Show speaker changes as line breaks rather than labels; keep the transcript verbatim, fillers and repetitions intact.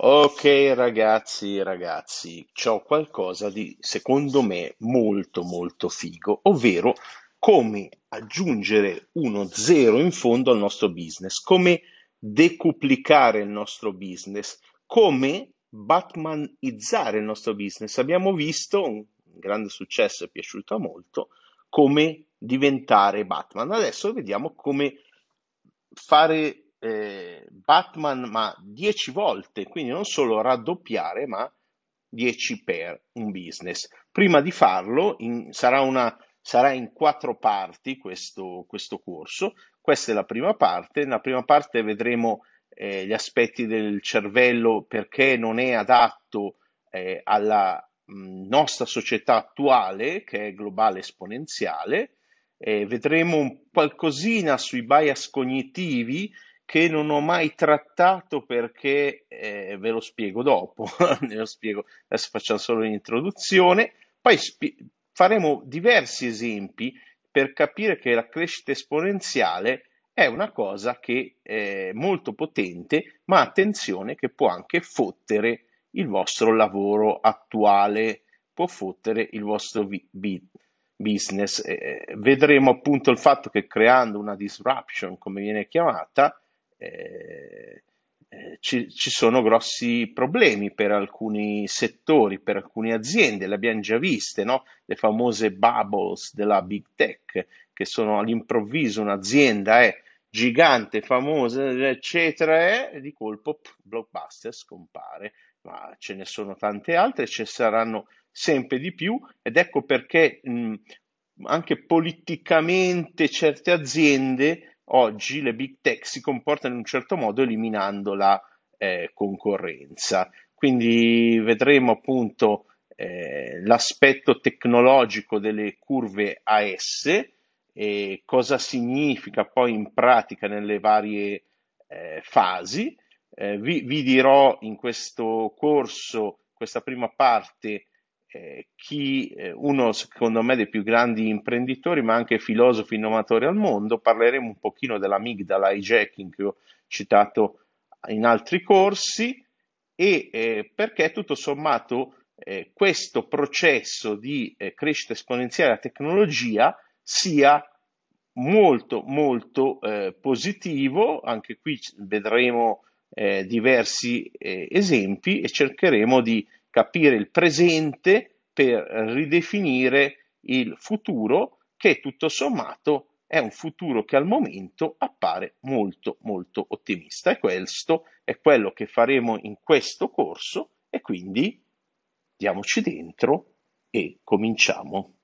Ok, ragazzi, ragazzi, c'ho qualcosa di, secondo me, molto molto figo, ovvero come aggiungere uno zero in fondo al nostro business, come decuplicare il nostro business, come Batmanizzare il nostro business. Abbiamo visto un grande successo, è piaciuto molto, come diventare Batman. Adesso vediamo come fare eh, Batman ma dieci volte, quindi non solo raddoppiare, ma dieci per un business. Prima di farlo, in- sarà, una, sarà in quattro parti questo, questo corso. Questa è la prima parte. Nella prima parte vedremo eh, gli aspetti del cervello, perché non è adatto eh, alla mh, nostra società attuale, che è globale esponenziale. Eh, vedremo un qualcosina sui bias cognitivi che non ho mai trattato perché eh, ve lo spiego dopo, ve lo spiego, adesso facciamo solo un'introduzione, poi spi- faremo diversi esempi per capire che la crescita esponenziale è una cosa che è molto potente, ma attenzione che può anche fottere il vostro lavoro attuale, può fottere il vostro vi- bi- business. Eh, vedremo appunto il fatto che creando una disruption, come viene chiamata, eh, eh, ci, ci sono grossi problemi per alcuni settori, per alcune aziende, le abbiamo già viste, no? Le famose bubbles della big tech, che sono all'improvviso un'azienda è gigante, famosa, eccetera, e di colpo pff, blockbuster scompare, ma ce ne sono tante altre, ce saranno sempre di più ed ecco perché mh, anche politicamente certe aziende oggi, le big tech, si comportano in un certo modo eliminando la eh, concorrenza. Quindi vedremo appunto eh, l'aspetto tecnologico delle curve A S e cosa significa poi in pratica nelle varie eh, fasi. Eh, vi, vi dirò in questo corso, questa prima parte, eh, chi, eh, uno secondo me dei più grandi imprenditori, ma anche filosofi innovatori al mondo. Parleremo un pochino dell'amigdala hijacking che ho citato in altri corsi e eh, perché tutto sommato eh, questo processo di eh, crescita esponenziale della tecnologia sia molto molto eh, positivo. Anche qui vedremo eh, diversi eh, esempi e cercheremo di capire il presente per ridefinire il futuro, che tutto sommato è un futuro che al momento appare molto molto ottimista, e questo è quello che faremo in questo corso, e quindi diamoci dentro e cominciamo.